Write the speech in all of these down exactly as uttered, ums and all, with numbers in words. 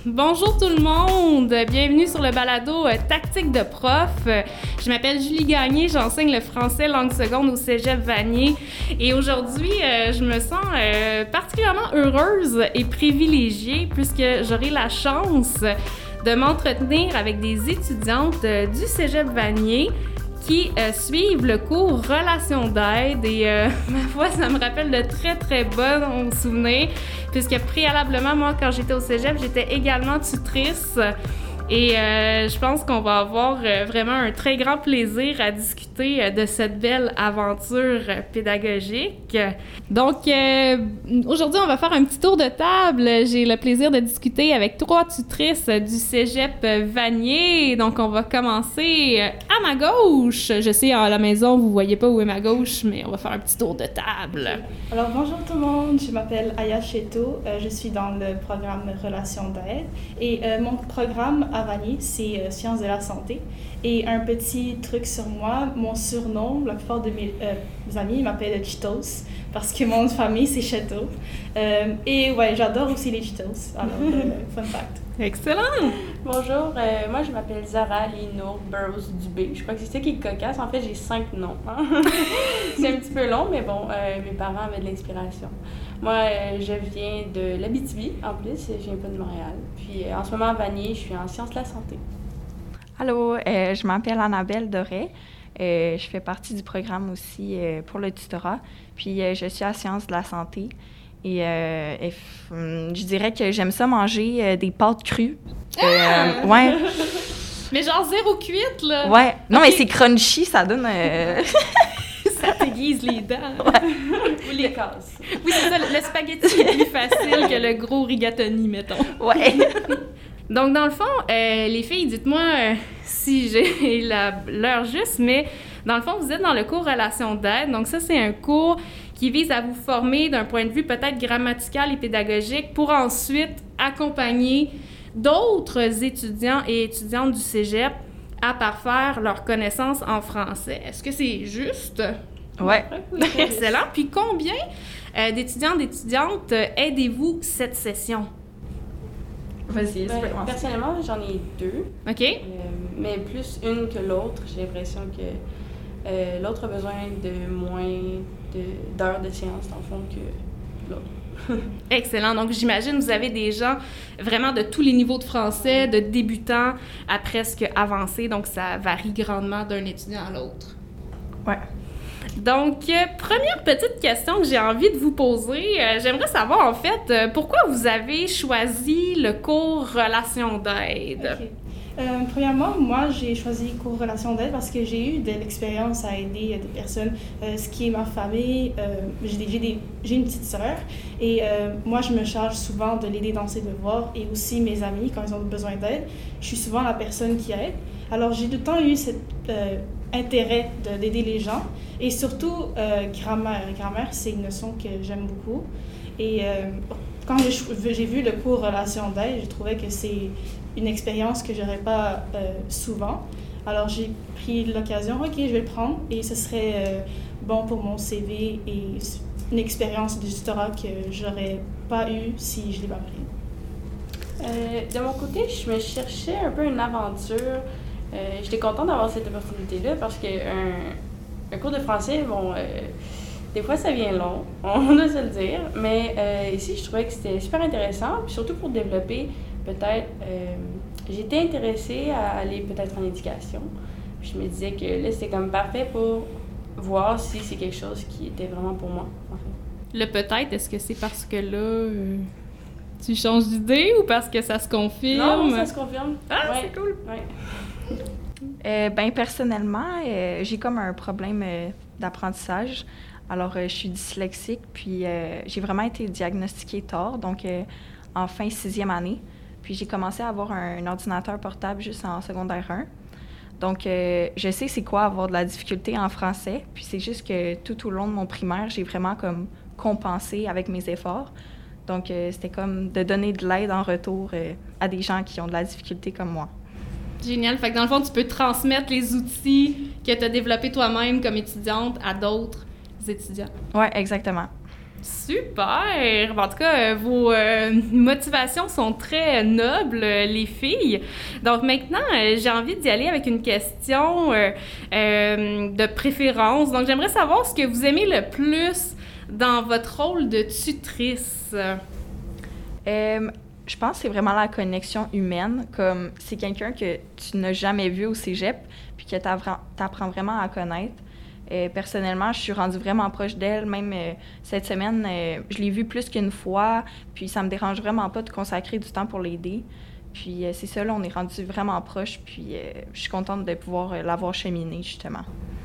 Bonjour tout le monde, bienvenue sur le balado euh, Tactique de prof. Euh, je m'appelle Julie Gagné, j'enseigne le français langue seconde au Cégep Vanier et aujourd'hui, euh, je me sens euh, particulièrement heureuse et privilégiée puisque j'aurai la chance de m'entretenir avec des étudiantes euh, du Cégep Vanier qui euh, suivent le cours Relations d'aide et euh, ma foi, ça me rappelle de très très bons souvenirs puisque préalablement, moi, quand j'étais au Cégep, j'étais également tutrice et euh, je pense qu'on va avoir euh, vraiment un très grand plaisir à discuter euh, de cette belle aventure euh, pédagogique. Donc, euh, aujourd'hui, on va faire un petit tour de table. J'ai le plaisir de discuter avec trois tutrices du Cégep Vanier. Donc, on va commencer à ma gauche. Je sais, à la maison, vous voyez pas où est ma gauche, mais on va faire un petit tour de table. Alors, bonjour tout le monde. Je m'appelle Aya Cheto. Euh, je suis dans le programme Relations d'aide. Et euh, mon programme à Vanier, c'est euh, Sciences de la santé. Et un petit truc sur moi, mon surnom, la plupart de mes, euh, mes amis m'appellent Cheetos parce que mon nom de famille, c'est Cheto. Euh, et ouais, j'adore aussi les Cheetos. Alors, euh, fun fact. Excellent! Bonjour, euh, moi je m'appelle Zara Lino Burroughs Dubé. Je crois que c'est ça qui est cocasse. En fait, j'ai cinq noms. Hein? C'est un petit peu long, mais bon, euh, mes parents avaient de l'inspiration. Moi, euh, je viens de l'Abitibi, en plus, je viens pas de Montréal. Puis euh, en ce moment à Vanier, je suis en sciences de la santé. Allô, euh, je m'appelle Annabelle Doré. Euh, je fais partie du programme aussi euh, pour le tutorat. Puis euh, je suis à sciences de la santé. Et, euh, et f- je dirais que j'aime ça manger euh, des pâtes crues. Euh, Ah! ouais. Mais genre zéro cuite, là! Ouais. Non, Okay. mais c'est crunchy, ça donne... Euh... Ça t'aiguise les dents. Ou les casses. Oui, c'est ça, le spaghetti est plus facile que le gros rigatoni, mettons. Ouais. Donc, dans le fond, euh, les filles, dites-moi euh, si j'ai la, l'heure juste, mais dans le fond, vous êtes dans le cours Relations d'aide. Donc, ça, c'est un cours qui vise à vous former d'un point de vue peut-être grammatical et pédagogique pour ensuite accompagner d'autres étudiants et étudiantes du cégep à parfaire leurs connaissances en français. Est-ce que c'est juste? Ouais. Excellent. Puis combien euh, d'étudiants, d'étudiantes euh, aidez-vous cette session? Vas-y, Ben, tu peux commencer. personnellement, j'en ai deux, OK? euh, mais plus une que l'autre. J'ai l'impression que euh, l'autre a besoin de moins de, d'heures de séance, dans le fond, que l'autre. Excellent. Donc, j'imagine vous avez des gens vraiment de tous les niveaux de français, de débutants à presque avancés. Donc, ça varie grandement d'un étudiant à l'autre. Ouais. Donc, euh, première petite question que j'ai envie de vous poser. Euh, j'aimerais savoir, en fait, euh, pourquoi vous avez choisi le cours Relations d'aide? Okay. Euh, premièrement, moi, j'ai choisi cours Relations d'aide parce que j'ai eu de l'expérience à aider des personnes, euh, ce qui est ma famille. Euh, j'ai, des, j'ai, des, j'ai une petite sœur et euh, moi, je me charge souvent de l'aider dans ses devoirs et aussi mes amis quand ils ont besoin d'aide. Je suis souvent la personne qui aide. Alors, j'ai tout le temps eu cet euh, intérêt de, d'aider les gens et surtout euh, grammaire. Grammaire, c'est une notion que j'aime beaucoup. Et euh, quand j'ai, j'ai vu le cours Relations d'aide, je trouvais que c'est une expérience que j'aurais pas euh, souvent. Alors, j'ai pris l'occasion, OK, je vais le prendre et ce serait euh, bon pour mon C V et une expérience de tutorat que j'aurais pas eu si je l'ai pas pris. Euh, de mon côté, je me cherchais un peu une aventure. Euh, j'étais contente d'avoir cette opportunité-là parce qu'un un cours de français, bon, euh, des fois ça vient long, on doit se le dire, mais euh, ici je trouvais que c'était super intéressant, puis surtout pour développer peut-être, euh, j'étais intéressée à aller peut-être en éducation, puis je me disais que là c'était comme parfait pour voir si c'est quelque chose qui était vraiment pour moi, en fait. Le peut-être, est-ce que c'est parce que là, euh, tu changes d'idée ou parce que ça se confirme? Non, ça se confirme. Ah, Ouais. c'est cool! Ouais. Euh, ben personnellement, euh, j'ai comme un problème euh, d'apprentissage. Alors, euh, je suis dyslexique, puis euh, j'ai vraiment été diagnostiquée tard, donc euh, en fin sixième année. Puis j'ai commencé à avoir un, un ordinateur portable juste en secondaire un. Donc, euh, je sais c'est quoi avoir de la difficulté en français, puis c'est juste que tout au long de mon primaire, j'ai vraiment comme compensé avec mes efforts. Donc, euh, c'était comme de donner de l'aide en retour euh, à des gens qui ont de la difficulté comme moi. Génial. Fait que dans le fond, tu peux transmettre les outils que tu as développés toi-même comme étudiante à d'autres étudiants. Oui, exactement. Super! En tout cas, euh, vos euh, motivations sont très nobles, euh, les filles. Donc maintenant, euh, j'ai envie d'y aller avec une question euh, euh, de préférence. Donc j'aimerais savoir ce que vous aimez le plus dans votre rôle de tutrice. Euh, je pense que c'est vraiment la connexion humaine. Comme c'est quelqu'un que tu n'as jamais vu au cégep, puis que tu apprends vraiment à connaître. Euh, personnellement, je suis rendue vraiment proche d'elle. Même euh, cette semaine, euh, je l'ai vue plus qu'une fois. Puis ça me dérange vraiment pas de consacrer du temps pour l'aider. Puis euh, c'est ça, là, on est rendus vraiment proches. Puis euh, je suis contente de pouvoir euh, l'avoir cheminée, justement.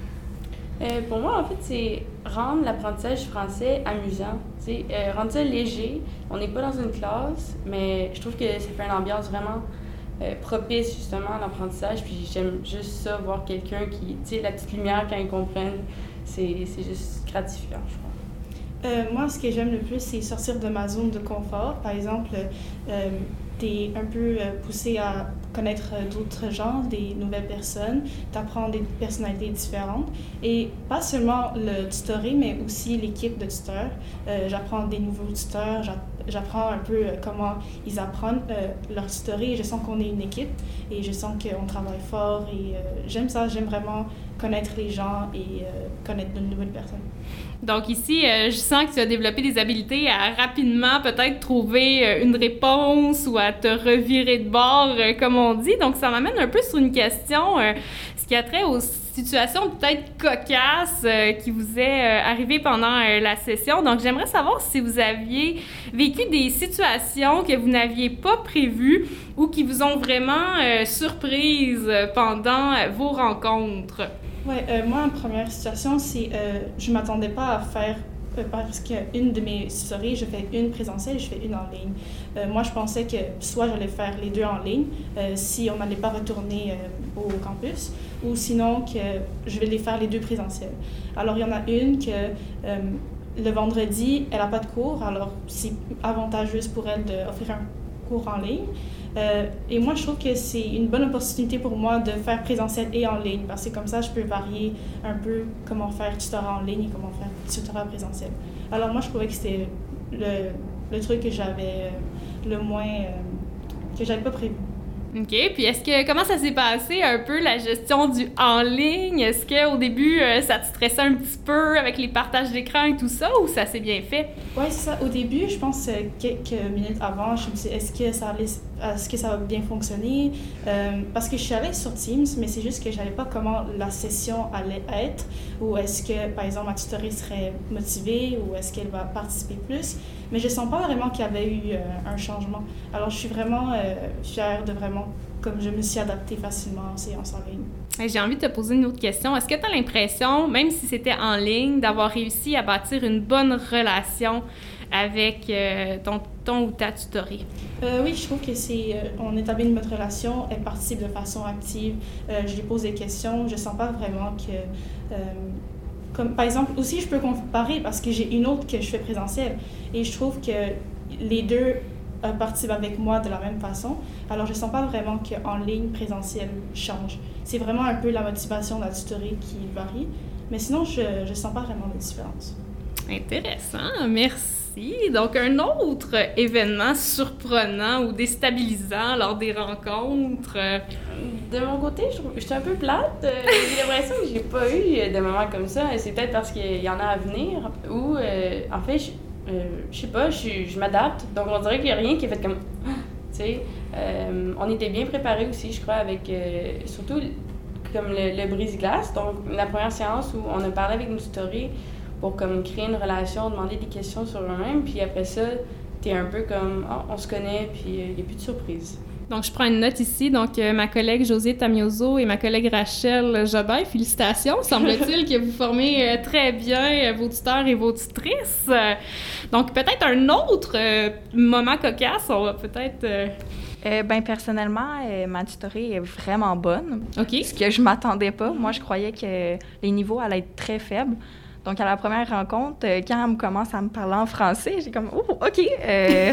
Euh, pour moi, en fait, c'est rendre l'apprentissage français amusant. Euh, rendre ça léger. On n'est pas dans une classe, mais je trouve que ça fait une ambiance vraiment Euh, propice justement à l'apprentissage, puis j'aime juste ça, voir quelqu'un qui, tu sais, la petite lumière quand ils comprennent, c'est, c'est juste gratifiant, je crois. Euh, moi, ce que j'aime le plus, c'est sortir de ma zone de confort. Par exemple, euh, t'es un peu euh, poussé à connaître d'autres gens, des nouvelles personnes, t'apprends des personnalités différentes. Et pas seulement le tutoré, mais aussi l'équipe de tuteurs. Euh, j'apprends des nouveaux tuteurs, j'apprends un peu comment ils apprennent euh, leur tutoré. Je sens qu'on est une équipe et je sens qu'on travaille fort. Et euh, j'aime ça, j'aime vraiment connaître les gens et euh, connaître de nouvelles personnes. Donc ici, euh, je sens que tu as développé des habiletés à rapidement peut-être trouver euh, une réponse ou à te revirer de bord, euh, comme on dit. Donc ça m'amène un peu sur une question, euh, ce qui a trait aux situations peut-être cocasses euh, qui vous est euh, arrivées pendant euh, la session. Donc j'aimerais savoir si vous aviez vécu des situations que vous n'aviez pas prévues ou qui vous ont vraiment euh, surprise pendant euh, vos rencontres. Oui, euh, moi, en première situation, c'est euh, je ne m'attendais pas à faire, euh, parce qu'une de mes tutories, je fais une présentielle et je fais une en ligne. Euh, moi, je pensais que soit j'allais faire les deux en ligne, euh, si on n'allait pas retourner euh, au campus, ou sinon que je vais les faire les deux présentielles. Alors, il y en a une que euh, le vendredi, elle n'a pas de cours, alors c'est avantageux pour elle d'offrir un cours en ligne. Euh, et moi, je trouve que c'est une bonne opportunité pour moi de faire présentiel et en ligne, parce que comme ça, je peux varier un peu comment faire tutorat en ligne et comment faire tutorat présentiel. Alors moi, je trouvais que c'était le, le truc que j'avais le moins, euh, que j'avais pas prévu. OK. Puis est-ce que, comment ça s'est passé un peu la gestion du en ligne? Est-ce qu'au début, euh, ça te stressait un petit peu avec les partages d'écran et tout ça, ou ça s'est bien fait? Oui, c'est ça. Au début, je pense euh, quelques minutes avant, je me disais, est-ce que ça allait, est-ce que ça va bien fonctionner? Euh, parce que je suis allée sur Teams, mais c'est juste que je savais pas comment la session allait être, ou est-ce que, par exemple, ma tutorée serait motivée, ou est-ce qu'elle va participer plus. Mais je sens pas vraiment qu'il y avait eu euh, un changement. Alors, je suis vraiment euh, fière de vraiment, comme je me suis adaptée facilement en séance en ligne. J'ai envie de te poser une autre question. Est-ce que tu as l'impression, même si c'était en ligne, d'avoir réussi à bâtir une bonne relation avec euh, ton, ton ou ta tutorée? Euh, oui, je trouve que c'est, euh, on établit une bonne relation, elle participe de façon active, euh, je lui pose des questions, je sens pas vraiment que... Euh, comme, par exemple, aussi, je peux comparer parce que j'ai une autre que je fais présentielle et je trouve que les deux euh, participent avec moi de la même façon. Alors, je sens pas vraiment qu'en ligne, présentiel change. C'est vraiment un peu la motivation de la tutorée qui varie, mais sinon, je ne sens pas vraiment de différence. Intéressant, merci. Donc, un autre événement surprenant ou déstabilisant lors des rencontres? De mon côté, je suis un peu plate. Euh, j'ai l'impression que j'ai pas eu de moments comme ça. C'est peut-être parce qu'il y en a à venir. Ou, euh, en fait, je, euh, je sais pas, je, je m'adapte. Donc, on dirait qu'il n'y a rien qui est fait comme... Tu sais, euh, on était bien préparés aussi, je crois, avec... Euh, surtout, comme le, le brise-glace. Donc, la première séance où on a parlé avec nos tutorés pour comme créer une relation, demander des questions sur eux-mêmes. Puis après ça, t'es un peu comme, oh, on se connaît, puis il euh, n'y a plus de surprise. Donc, je prends une note ici. Donc, euh, ma collègue Josée Tamioso et ma collègue Rachel Jobin, félicitations. Semble-t-il que vous formez euh, très bien euh, vos tuteurs et vos tutrices. Euh, donc, peut-être un autre euh, moment cocasse, on va peut-être... Euh... Euh, ben personnellement, euh, ma tutorée est vraiment bonne. OK. Ce que je m'attendais pas. Moi, je croyais que les niveaux allaient être très faibles. Donc, à la première rencontre, euh, quand elle me commence à me parler en français, j'ai comme « Oh, OK! Euh,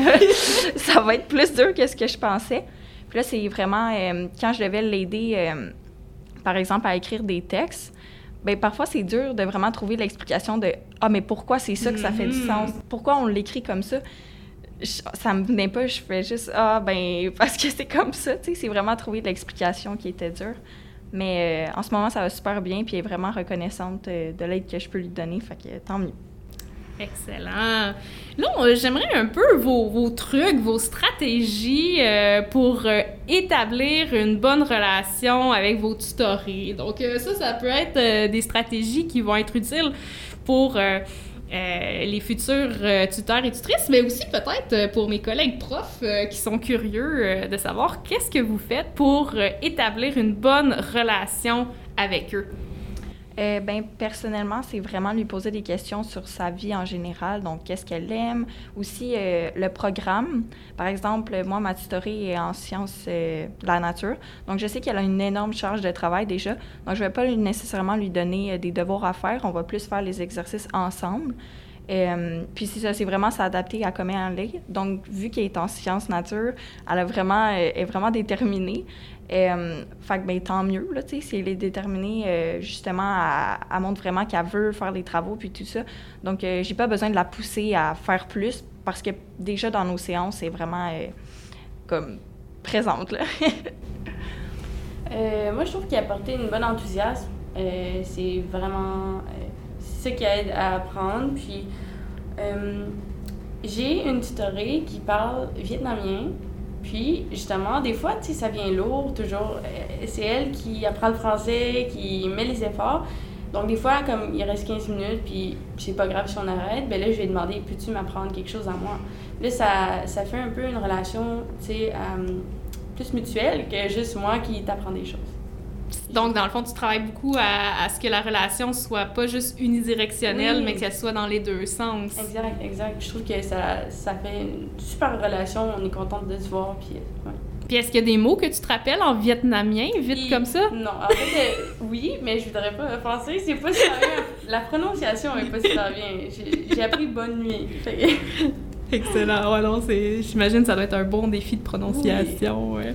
ça va être plus dur que ce que je pensais. » Puis là, c'est vraiment... Euh, quand je devais l'aider, euh, par exemple, à écrire des textes, bien, parfois, c'est dur de vraiment trouver l'explication de « Ah, mais pourquoi c'est ça que ça fait du sens? Pourquoi on l'écrit comme ça? » Ça me venait pas, je fais juste « Ah, ben parce que c'est comme ça. » Tu sais, c'est vraiment trouver l'explication qui était dure. Mais euh, en ce moment, ça va super bien, puis elle est vraiment reconnaissante euh, de l'aide que je peux lui donner, fait que tant mieux. Excellent. Là, on, j'aimerais un peu vos, vos trucs, vos stratégies euh, pour euh, établir une bonne relation avec vos tutorés. Donc euh, ça, ça peut être euh, des stratégies qui vont être utiles pour... Euh, Euh, les futurs euh, tuteurs et tutrices, mais aussi peut-être euh, pour mes collègues profs euh, qui sont curieux euh, de savoir qu'est-ce que vous faites pour euh, établir une bonne relation avec eux. Euh, ben, personnellement, c'est vraiment lui poser des questions sur sa vie en général, donc qu'est-ce qu'elle aime, aussi euh, le programme. Par exemple, moi, ma tutorée est en sciences euh, de la nature, donc je sais qu'elle a une énorme charge de travail déjà, donc je ne vais pas nécessairement lui donner euh, des devoirs à faire, on va plus faire les exercices ensemble. Euh, puis c'est ça, c'est vraiment s'adapter à comment elle est. Donc, vu qu'elle est en sciences nature, elle a vraiment, euh, est vraiment déterminée. Euh, fait que, ben, tant mieux, là, tu sais, si elle est déterminée, euh, justement, elle, elle montre vraiment qu'elle veut faire les travaux, puis tout ça. Donc, euh, j'ai pas besoin de la pousser à faire plus, parce que déjà, dans nos séances, c'est vraiment, euh, comme, présente, là. euh, moi, je trouve qu'il a apporté une bonne enthousiasme. Euh, c'est vraiment... Euh, c'est ça qui aide à apprendre, puis... Euh, j'ai une tutorée qui parle vietnamien. Puis, justement, des fois, tu sais, ça vient lourd, toujours. C'est elle qui apprend le français, qui met les efforts. Donc, des fois, comme il reste quinze minutes, puis c'est pas grave si on arrête, bien là, je vais demander, peux-tu m'apprendre quelque chose à moi? Là, ça, ça fait un peu une relation, tu sais, euh, plus mutuelle que juste moi qui t'apprends des choses. Donc, dans le fond, tu travailles beaucoup à, à ce que la relation soit pas juste unidirectionnelle, oui, mais qu'elle soit dans les deux sens. Exact, exact. Je trouve que ça, ça fait une super relation. On est contente de se voir, puis ouais. Puis est-ce qu'il y a des mots que tu te rappelles en vietnamien, vite puis, comme ça? Non, en fait, euh, oui, mais je voudrais pas offenser. C'est pas super bien. La prononciation est pas super bien. J'ai, j'ai appris bonne nuit. Fait... Excellent. Ouais, non, c'est... J'imagine que ça doit être un bon défi de prononciation. Oui. Ouais.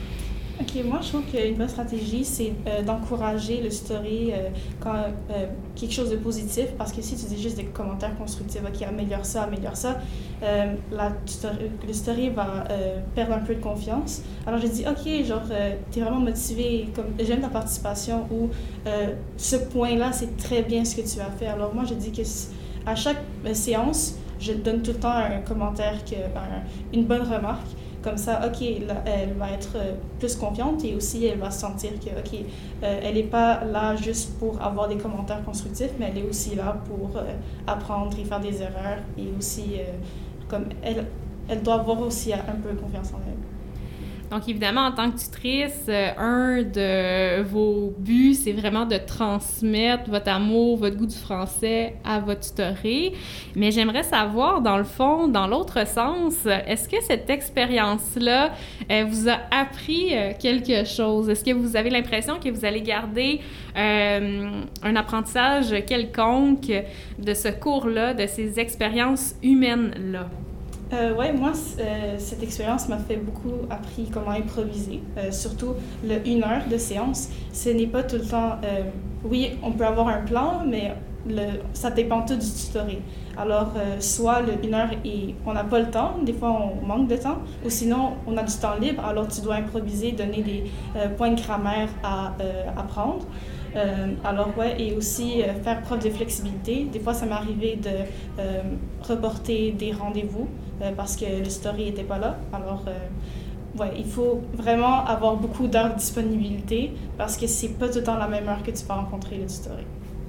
OK, moi, je trouve qu'une bonne stratégie, c'est euh, d'encourager le story euh, quand euh, quelque chose de positif, parce que si tu dis juste des commentaires constructifs, OK, améliore ça, améliore ça, euh, la tutori- le story va euh, perdre un peu de confiance. Alors, j'ai dit, OK, genre, euh, t'es vraiment motivé, comme j'aime ta participation, ou euh, ce point-là, c'est très bien ce que tu as fait. Alors, moi, je dis que à chaque euh, séance, je donne tout le temps un commentaire, que, un, une bonne remarque. Comme ça, OK, là, elle va être plus confiante et aussi elle va sentir que, OK, euh, elle n'est pas là juste pour avoir des commentaires constructifs, mais elle est aussi là pour euh, apprendre et faire des erreurs. Et aussi, euh, comme elle, elle doit avoir aussi un peu confiance en elle. Donc, évidemment, en tant que tutrice, euh, un de vos buts, c'est vraiment de transmettre votre amour, votre goût du français à votre tutorée. Mais j'aimerais savoir, dans le fond, dans l'autre sens, est-ce que cette expérience-là euh, vous a appris euh, quelque chose? Est-ce que vous avez l'impression que vous allez garder euh, un apprentissage quelconque de ce cours-là, de ces expériences humaines-là? Euh, oui, moi, euh, cette expérience m'a fait beaucoup appris comment improviser, euh, surtout le une heure de séance. Ce n'est pas tout le temps... Euh, oui, on peut avoir un plan, mais le, ça dépend tout du tutoré. Alors, euh, soit le une heure, et on n'a pas le temps, des fois on manque de temps, ou sinon on a du temps libre, alors tu dois improviser, donner des euh, points de grammaire à euh, apprendre. Euh, alors, ouais, et aussi euh, faire preuve de flexibilité. Des fois, ça m'est arrivé de euh, reporter des rendez-vous euh, parce que le story n'était pas là. Alors, euh, ouais, il faut vraiment avoir beaucoup d'heures de disponibilité parce que c'est pas tout le temps la même heure que tu vas rencontrer le tutoré.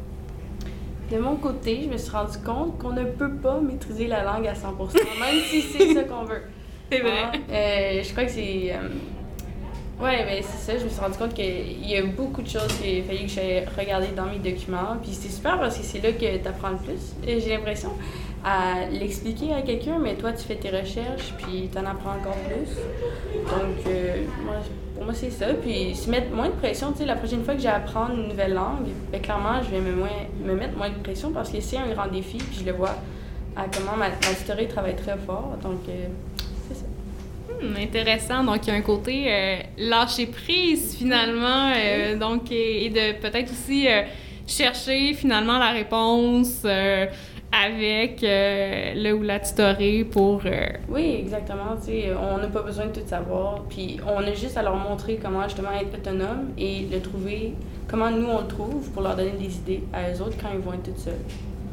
De mon côté, je me suis rendu compte qu'on ne peut pas maîtriser la langue à cent pour cent, même si c'est ça qu'on veut. C'est vrai. Hein? Euh, je crois que c'est... Euh, Ouais, mais c'est ça, je me suis rendu compte qu'il y a beaucoup de choses qu'il a fallu que j'aille regarder dans mes documents. Puis c'est super parce que c'est là que tu apprends le plus. Et j'ai l'impression à l'expliquer à quelqu'un, mais toi, tu fais tes recherches, puis tu en apprends encore plus. Donc, euh, moi, pour moi, c'est ça. Puis se mettre moins de pression, tu sais, la prochaine fois que j'ai à apprendre une nouvelle langue, bien, clairement, je vais me, moins, me mettre moins de pression parce que c'est un grand défi, puis je le vois à comment ma, ma tutorée travaille très fort. Donc, euh, c'est ça. Hum, intéressant. Donc, il y a un côté euh, lâcher prise, finalement, euh, donc, et, et de peut-être aussi euh, chercher finalement la réponse euh, avec euh, le ou la tutoré pour... Euh... Oui, exactement. T'sais, on n'a pas besoin de tout savoir. Puis on a juste à leur montrer comment justement être autonome et le trouver, comment nous on le trouve pour leur donner des idées à eux autres quand ils vont être tout seuls.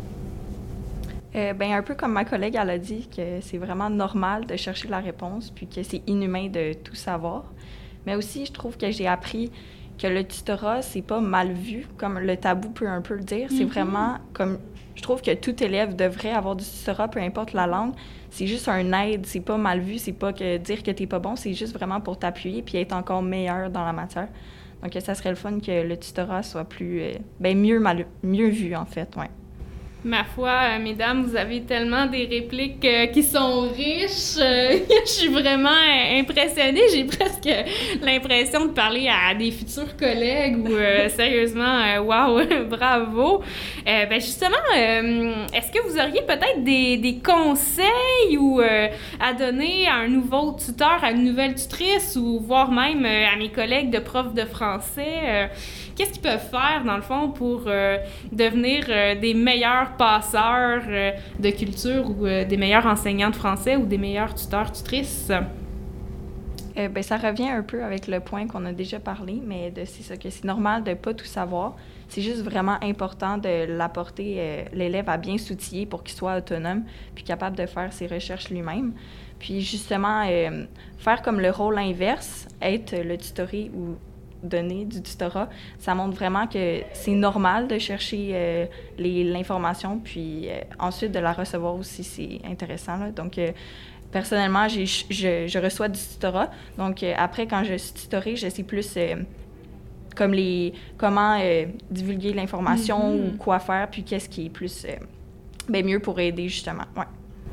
Euh, ben, un peu comme ma collègue, elle a dit que c'est vraiment normal de chercher la réponse puis que c'est inhumain de tout savoir. Mais aussi, je trouve que j'ai appris que le tutorat, c'est pas mal vu, comme le tabou peut un peu le dire. C'est mm-hmm. vraiment comme... Je trouve que tout élève devrait avoir du tutorat, peu importe la langue. C'est juste un aide, c'est pas mal vu, c'est pas que dire que t'es pas bon, c'est juste vraiment pour t'appuyer puis être encore meilleur dans la matière. Donc, ça serait le fun que le tutorat soit plus... Euh, ben mieux, mal, mieux vu, en fait, ouais. Ma foi, euh, mesdames, vous avez tellement des répliques euh, qui sont riches. Euh, je suis vraiment euh, impressionnée. J'ai presque l'impression de parler à des futurs collègues ou euh, sérieusement, euh, wow, bravo. Euh, ben justement, euh, est-ce que vous auriez peut-être des, des conseils ou euh, à donner à un nouveau tuteur, à une nouvelle tutrice ou voire même euh, à mes collègues de profs de français? Euh, Qu'est-ce qu'ils peuvent faire, dans le fond, pour euh, devenir euh, des meilleurs passeurs euh, de culture ou euh, des meilleurs enseignants de français ou des meilleurs tuteurs, tutrices? Euh, ben, ça revient un peu avec le point qu'on a déjà parlé, mais de, c'est ça, que c'est normal de ne pas tout savoir. C'est juste vraiment important de l'apporter, euh, l'élève à bien s'outiller pour qu'il soit autonome puis capable de faire ses recherches lui-même. Puis justement, euh, faire comme le rôle inverse, être le tutoré ou donner du tutorat, ça montre vraiment que c'est normal de chercher euh, les, l'information, puis euh, ensuite de la recevoir aussi, c'est intéressant, là. Donc, euh, personnellement, j'ai, je, je reçois du tutorat. Donc, euh, après, quand je suis tutorée, je sais plus euh, comme les, comment euh, divulguer l'information mm-hmm. ou quoi faire, puis qu'est-ce qui est plus euh, ben, mieux pour aider, justement. Ouais.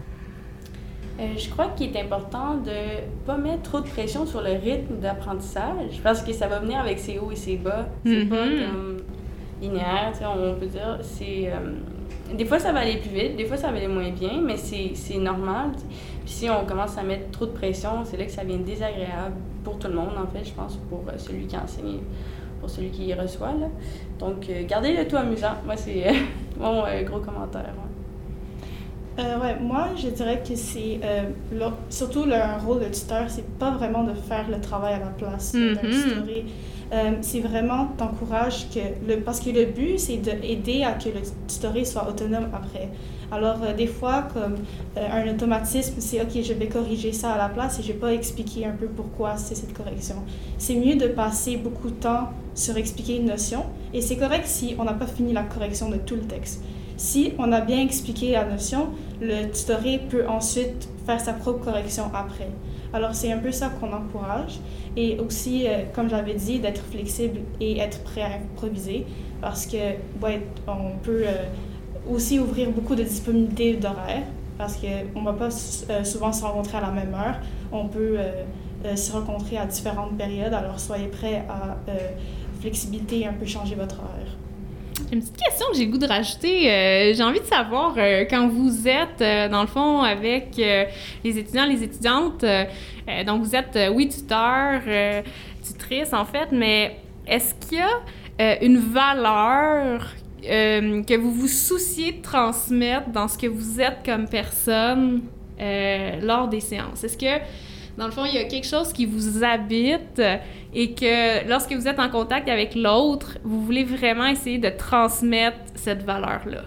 Euh, je crois qu'il est important de ne pas mettre trop de pression sur le rythme d'apprentissage parce que ça va venir avec ses hauts et ses bas. C'est mm-hmm. pas comme linéaire, on peut dire. C'est, euh, des fois, ça va aller plus vite, des fois, ça va aller moins bien, mais c'est, c'est normal. T'sais. Puis si on commence à mettre trop de pression, c'est là que ça devient désagréable pour tout le monde, en fait, je pense, pour euh, celui qui enseigne, pour celui qui reçoit. Là. Donc, euh, gardez le tout amusant. Moi, c'est euh, mon euh, gros commentaire. Ouais. Euh, ouais, moi, je dirais que c'est euh, leur, surtout leur rôle de tuteur, c'est pas vraiment de faire le travail à la place mm-hmm. d'un tutoré. Euh, c'est vraiment t'encourages que le parce que le but c'est d'aider à que le tutoré soit autonome après. Alors euh, des fois comme euh, un automatisme, c'est ok, je vais corriger ça à la place et je vais pas expliquer un peu pourquoi c'est cette correction. C'est mieux de passer beaucoup de temps sur expliquer une notion et c'est correct si on n'a pas fini la correction de tout le texte. Si on a bien expliqué la notion, le tutoré peut ensuite faire sa propre correction après. Alors, c'est un peu ça qu'on encourage. Et aussi, euh, comme j'avais dit, d'être flexible et être prêt à improviser parce que ouais, on peut euh, aussi ouvrir beaucoup de disponibilité d'horaire parce qu'on ne va pas euh, souvent se rencontrer à la même heure. On peut euh, euh, se rencontrer à différentes périodes. Alors, soyez prêts à euh, flexibilité et un peu changer votre horaire. J'ai une petite question que j'ai le goût de rajouter. Euh, j'ai envie de savoir, euh, quand vous êtes, euh, dans le fond, avec euh, les étudiants, les étudiantes, euh, euh, donc vous êtes, euh, oui, tuteur, euh, tutrice, en fait, mais est-ce qu'il y a euh, une valeur euh, que vous vous souciez de transmettre dans ce que vous êtes comme personne euh, lors des séances? Est-ce que, dans le fond, il y a quelque chose qui vous habite et que lorsque vous êtes en contact avec l'autre, vous voulez vraiment essayer de transmettre cette valeur-là?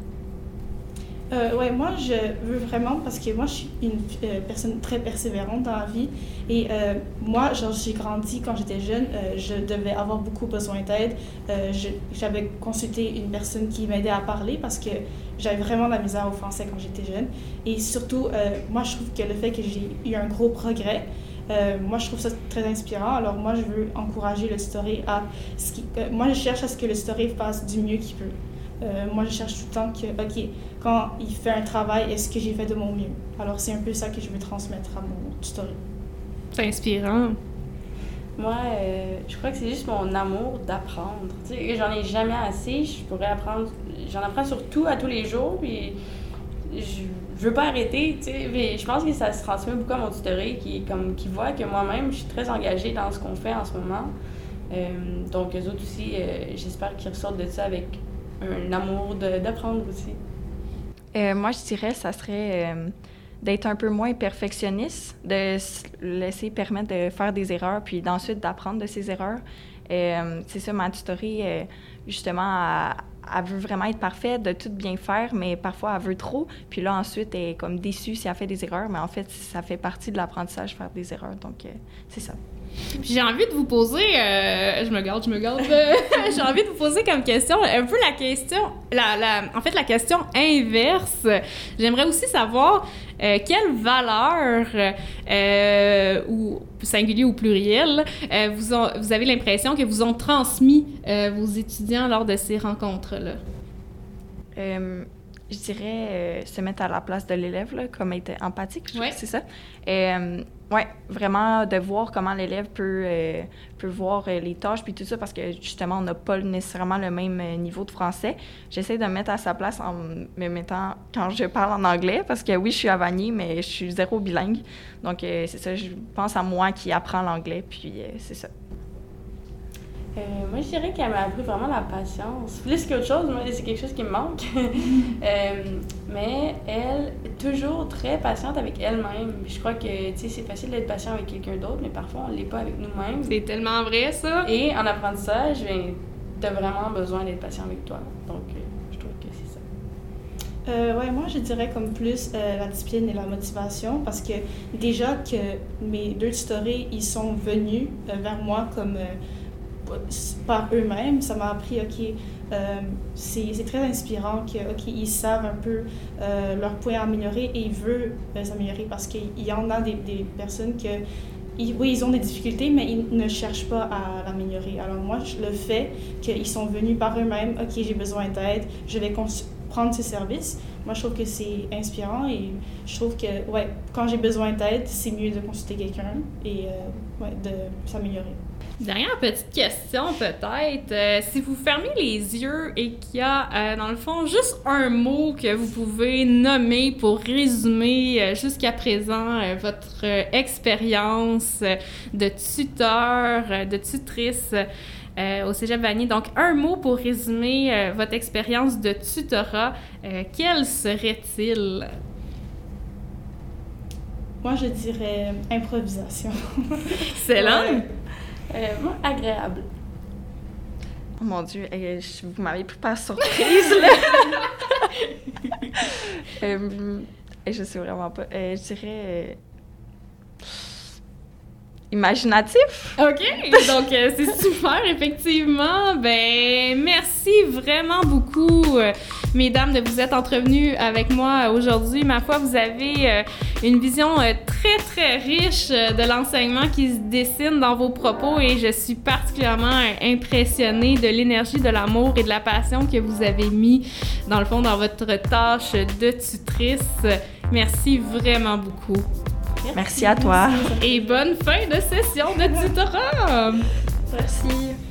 Euh, ouais, moi, je veux vraiment, parce que moi, je suis une euh, personne très persévérante dans la vie. Et euh, moi, genre, j'ai grandi quand j'étais jeune, euh, je devais avoir beaucoup besoin d'aide. Euh, je, j'avais consulté une personne qui m'aidait à parler parce que j'avais vraiment de la misère au français quand j'étais jeune. Et surtout, euh, moi, je trouve que le fait que j'ai eu un gros progrès, euh, moi, je trouve ça très inspirant. Alors, moi, je veux encourager le tutoré à... Ce qui, euh, moi, je cherche à ce que le tutoré fasse du mieux qu'il peut. Euh, moi, je cherche tout le temps que, OK, quand il fait un travail, est-ce que j'ai fait de mon mieux? Alors, c'est un peu ça que je veux transmettre à mon tutoré. C'est inspirant. Moi, euh, je crois que c'est juste mon amour d'apprendre. Tu sais, j'en ai jamais assez. Je pourrais apprendre... J'en apprends surtout à tous les jours, puis je, je veux pas arrêter, tu sais. Mais je pense que ça se transmet beaucoup à mon tutoré qui, comme, qui voit que moi-même, je suis très engagée dans ce qu'on fait en ce moment. Euh, donc, eux autres aussi, euh, j'espère qu'ils ressortent de ça avec un amour de, d'apprendre aussi? Euh, moi, je dirais ça serait euh, d'être un peu moins perfectionniste, de se laisser permettre de faire des erreurs, puis d'ensuite d'apprendre de ces erreurs. Euh, c'est ça, ma tutorée, euh, justement, elle, elle veut vraiment être parfaite, de tout bien faire, mais parfois elle veut trop. Puis là, ensuite, elle est comme déçue si elle fait des erreurs, mais en fait, ça fait partie de l'apprentissage, faire des erreurs. Donc, euh, c'est ça. Puis j'ai envie de vous poser, euh, je me garde, je me garde, euh, j'ai envie de vous poser comme question, un peu la question, la, la, en fait la question inverse. J'aimerais aussi savoir euh, quelles valeurs, euh, ou singulier ou pluriel, euh, vous, ont, vous avez l'impression que vous ont transmis euh, vos étudiants lors de ces rencontres-là? Euh, je dirais euh, se mettre à la place de l'élève, là, comme être empathique, je ouais. trouve que c'est ça. Euh, oui, vraiment de voir comment l'élève peut, euh, peut voir euh, les tâches puis tout ça, parce que justement, on n'a pas nécessairement le même euh, niveau de français. J'essaie de me mettre à sa place en me mettant, quand je parle en anglais, parce que oui, je suis à Vanier, mais je suis zéro bilingue. Donc, euh, c'est ça, je pense à moi qui apprends l'anglais, puis euh, c'est ça. Euh, moi, je dirais qu'elle m'a appris vraiment la patience. Plus qu'autre chose, moi, c'est quelque chose qui me manque. euh, mais elle est toujours très patiente avec elle-même. Je crois que, tu sais, c'est facile d'être patient avec quelqu'un d'autre, mais parfois, on ne l'est pas avec nous-mêmes. C'est tellement vrai, ça! Et en apprentissage, ben, tu as vraiment besoin d'être patient avec toi. Donc, euh, je trouve que c'est ça. Euh, ouais, moi, je dirais comme plus euh, la discipline et la motivation, parce que déjà que mes deux tutorés, ils sont venus euh, vers moi comme... Euh, par eux-mêmes, ça m'a appris, OK, euh, c'est, c'est très inspirant que, OK, ils savent un peu euh, leurs points à améliorer et ils veulent euh, s'améliorer, parce qu'il y en a des, des personnes que, ils, oui, ils ont des difficultés, mais ils ne cherchent pas à l'améliorer. Alors moi, le fait qu'ils sont venus par eux-mêmes, OK, j'ai besoin d'aide, je vais cons- prendre ces services, moi, je trouve que c'est inspirant et je trouve que, ouais, quand j'ai besoin d'aide, c'est mieux de consulter quelqu'un et, euh, ouais, de s'améliorer. Dernière petite question, peut-être. Euh, si vous fermez les yeux et qu'il y a, euh, dans le fond, juste un mot que vous pouvez nommer pour résumer euh, jusqu'à présent euh, votre euh, expérience euh, de tuteur, euh, de tutrice euh, au Cégep Vanier. Donc, un mot pour résumer euh, votre expérience de tutorat, euh, quel serait-il? Moi, je dirais improvisation. Excellent! Ouais. Euh, moi, agréable. Oh mon Dieu, euh, je, vous m'avez pris par surprise, là! euh, je sais vraiment pas. Euh, je dirais... Euh, imaginatif. OK, donc euh, c'est super, effectivement. Ben, merci vraiment beaucoup, euh, mesdames, de vous être entrevenues avec moi aujourd'hui. Ma foi, vous avez euh, une vision euh, très, très riche euh, de l'enseignement qui se dessine dans vos propos et je suis particulièrement euh, impressionnée de l'énergie, de l'amour et de la passion que vous avez mis, dans le fond, dans votre tâche de tutrice. Merci vraiment beaucoup. Merci à toi. Et bonne fin de session de tutorat! Merci.